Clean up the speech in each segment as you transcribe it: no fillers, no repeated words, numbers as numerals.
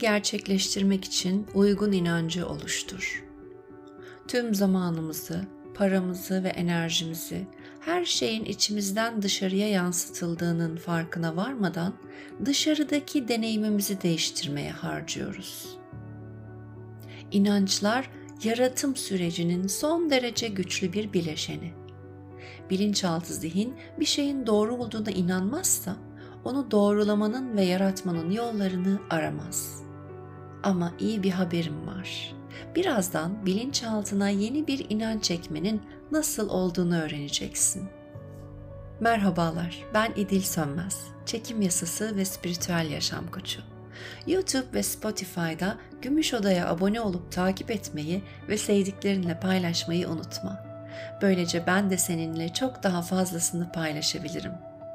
gerçekleştirmek için uygun inancı oluştur. Tüm zamanımızı, paramızı ve enerjimizi her şeyin içimizden dışarıya yansıtıldığının farkına varmadan dışarıdaki deneyimimizi değiştirmeye harcıyoruz. İnançlar yaratım sürecinin son derece güçlü bir bileşeni. Bilinçaltı zihin bir şeyin doğru olduğuna inanmazsa onu doğrulamanın ve yaratmanın yollarını aramaz. Ama iyi bir haberim var. Birazdan bilinçaltına yeni bir inanç çekmenin nasıl olduğunu öğreneceksin. Merhabalar, ben İdil Sönmez, çekim yasası ve spiritüel yaşam koçu. YouTube ve Spotify'da Gümüş Oda'ya abone olup takip etmeyi ve sevdiklerinle paylaşmayı unutma. Böylece ben de seninle çok daha fazlasını paylaşabilirim.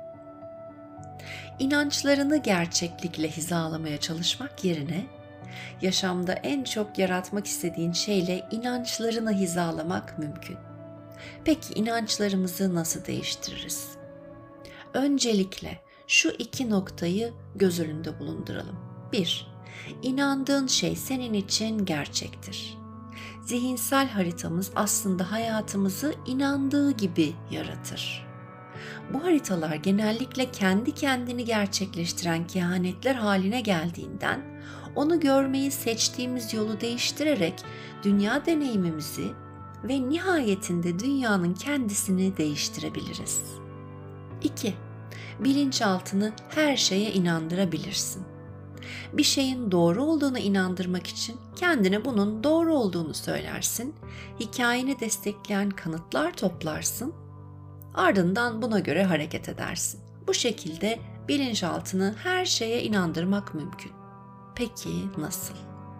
İnançlarını gerçeklikle hizalamaya çalışmak yerine, yaşamda en çok yaratmak istediğin şeyle inançlarını hizalamak mümkün. Peki inançlarımızı nasıl değiştiririz? Öncelikle şu iki noktayı göz önünde bulunduralım. 1. İnandığın şey senin için gerçektir. Zihinsel haritamız aslında hayatımızı inandığı gibi yaratır. Bu haritalar genellikle kendi kendini gerçekleştiren kehanetler haline geldiğinden onu görmeyi seçtiğimiz yolu değiştirerek dünya deneyimimizi ve nihayetinde dünyanın kendisini değiştirebiliriz. 2. Bilinçaltını her şeye inandırabilirsin. Bir şeyin doğru olduğunu inandırmak için kendine bunun doğru olduğunu söylersin, hikayeni destekleyen kanıtlar toplarsın, ardından buna göre hareket edersin. Bu şekilde bilinçaltını her şeye inandırmak mümkün. Peki nasıl?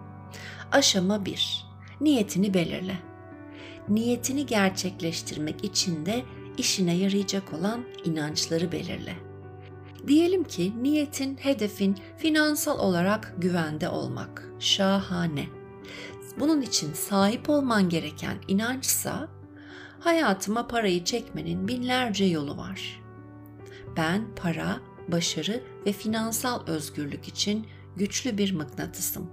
Aşama 1. Niyetini belirle. Niyetini gerçekleştirmek için de işine yarayacak olan inançları belirle. Diyelim ki niyetin, hedefin finansal olarak güvende olmak. Şahane. Bunun için sahip olman gereken inançsa, hayatıma parayı çekmenin binlerce yolu var. Ben para, başarı ve finansal özgürlük için güçlü bir mıknatısım.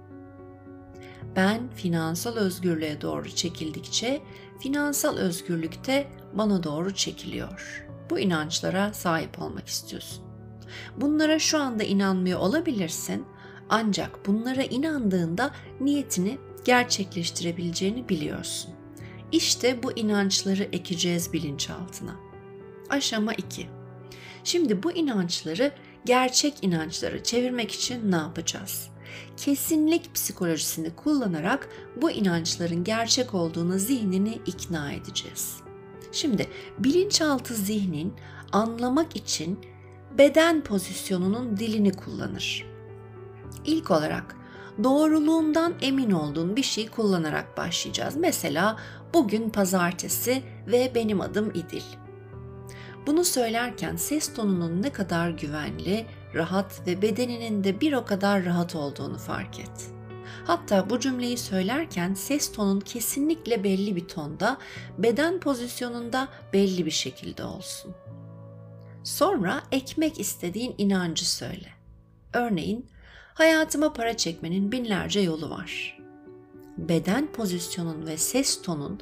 Ben finansal özgürlüğe doğru çekildikçe finansal özgürlük de bana doğru çekiliyor. Bu inançlara sahip olmak istiyorsun. Bunlara şu anda inanmıyor olabilirsin, ancak bunlara inandığında niyetini gerçekleştirebileceğini biliyorsun. İşte bu inançları ekeceğiz bilinçaltına. Aşama 2. Şimdi bu inançları gerçek inançlara çevirmek için ne yapacağız? Kesinlik psikolojisini kullanarak bu inançların gerçek olduğuna zihnini ikna edeceğiz. Şimdi bilinçaltı zihnin anlamak için beden pozisyonunun dilini kullanır. İlk olarak doğruluğundan emin olduğun bir şey kullanarak başlayacağız. Mesela bugün pazartesi ve benim adım İdil. Bunu söylerken ses tonunun ne kadar güvenli, rahat ve bedeninin de bir o kadar rahat olduğunu fark et. Hatta bu cümleyi söylerken ses tonun kesinlikle belli bir tonda, beden pozisyonunda belli bir şekilde olsun. Sonra ekmek istediğin inancı söyle. Örneğin, hayatıma para çekmenin binlerce yolu var. Beden pozisyonun ve ses tonun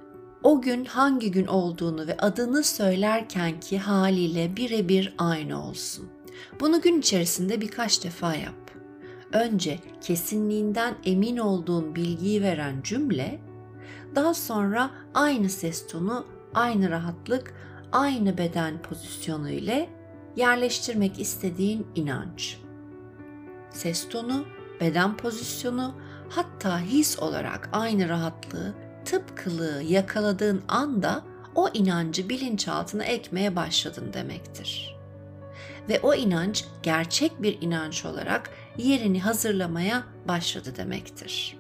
o gün hangi gün olduğunu ve adını söylerkenki haliyle birebir aynı olsun. Bunu gün içerisinde birkaç defa yap. Önce kesinliğinden emin olduğun bilgiyi veren cümle, daha sonra aynı ses tonu, aynı rahatlık, aynı beden pozisyonu ile yerleştirmek istediğin inanç. Ses tonu, beden pozisyonu, hatta his olarak aynı rahatlığı, tıpkılığı yakaladığın anda o inancı bilinçaltına ekmeye başladın demektir. Ve o inanç gerçek bir inanç olarak yerini hazırlamaya başladı demektir.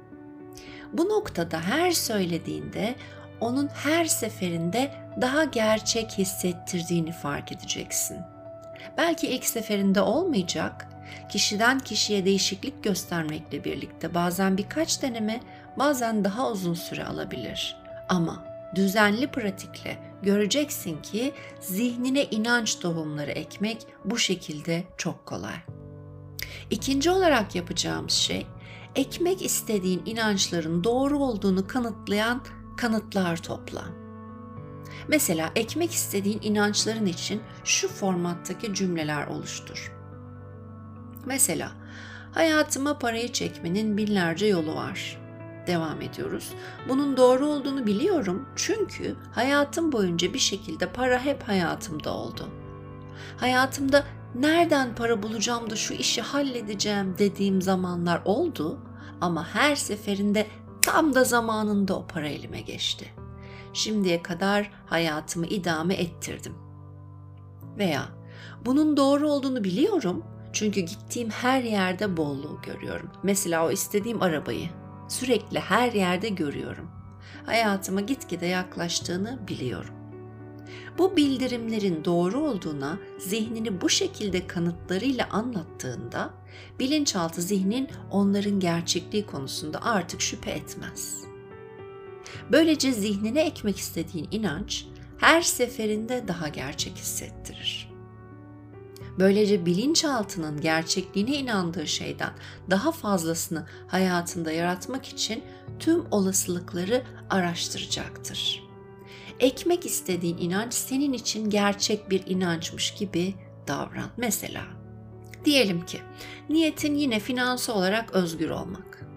Bu noktada her söylediğinde onun her seferinde daha gerçek hissettirdiğini fark edeceksin. Belki ilk seferinde olmayacak, kişiden kişiye değişiklik göstermekle birlikte bazen birkaç deneme, bazen daha uzun süre alabilir. Ama düzenli pratikle göreceksin ki zihnine inanç tohumları ekmek bu şekilde çok kolay. İkinci olarak yapacağımız şey, ekmek istediğin inançların doğru olduğunu kanıtlayan kanıtlar topla. Mesela ekmek istediğin inançların için şu formattaki cümleler oluştur. Mesela, hayatıma parayı çekmenin binlerce yolu var. Devam ediyoruz. Bunun doğru olduğunu biliyorum çünkü hayatım boyunca bir şekilde para hep hayatımda oldu. Hayatımda nereden para bulacağım da şu işi halledeceğim dediğim zamanlar oldu ama her seferinde tam da zamanında o para elime geçti. Şimdiye kadar hayatımı idame ettirdim. Veya bunun doğru olduğunu biliyorum çünkü gittiğim her yerde bolluğu görüyorum. Mesela o istediğim arabayı sürekli her yerde görüyorum. Hayatıma gitgide yaklaştığını biliyorum. Bu bildirimlerin doğru olduğuna zihnini bu şekilde kanıtlarıyla anlattığında bilinçaltı zihnin onların gerçekliği konusunda artık şüphe etmez. Böylece zihnine ekmek istediğin inanç her seferinde daha gerçek hissettirir. Böylece bilinçaltının gerçekliğine inandığı şeyden daha fazlasını hayatında yaratmak için tüm olasılıkları araştıracaktır. Ekmek istediğin inanç senin için gerçek bir inançmış gibi davran. Mesela diyelim ki niyetin yine finansal olarak özgür olmak.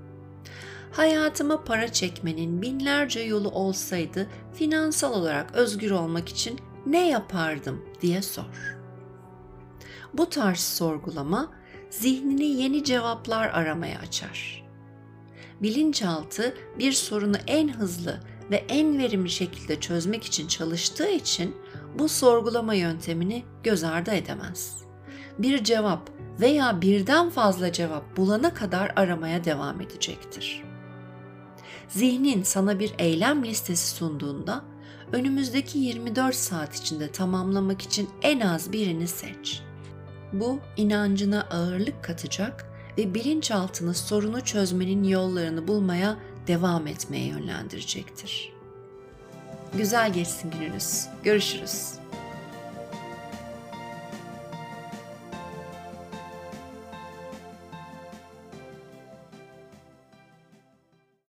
Hayatıma para çekmenin binlerce yolu olsaydı finansal olarak özgür olmak için ne yapardım diye sor. Bu tarz sorgulama zihnini yeni cevaplar aramaya açar. Bilinçaltı bir sorunu en hızlı ve en verimli şekilde çözmek için çalıştığı için bu sorgulama yöntemini göz ardı edemez. Bir cevap veya birden fazla cevap bulana kadar aramaya devam edecektir. Zihnin sana bir eylem listesi sunduğunda önümüzdeki 24 saat içinde tamamlamak için en az birini seç. Bu inancına ağırlık katacak ve bilinçaltını sorunu çözmenin yollarını bulmaya devam etmeye yönlendirecektir. Güzel geçsin gününüz. Görüşürüz.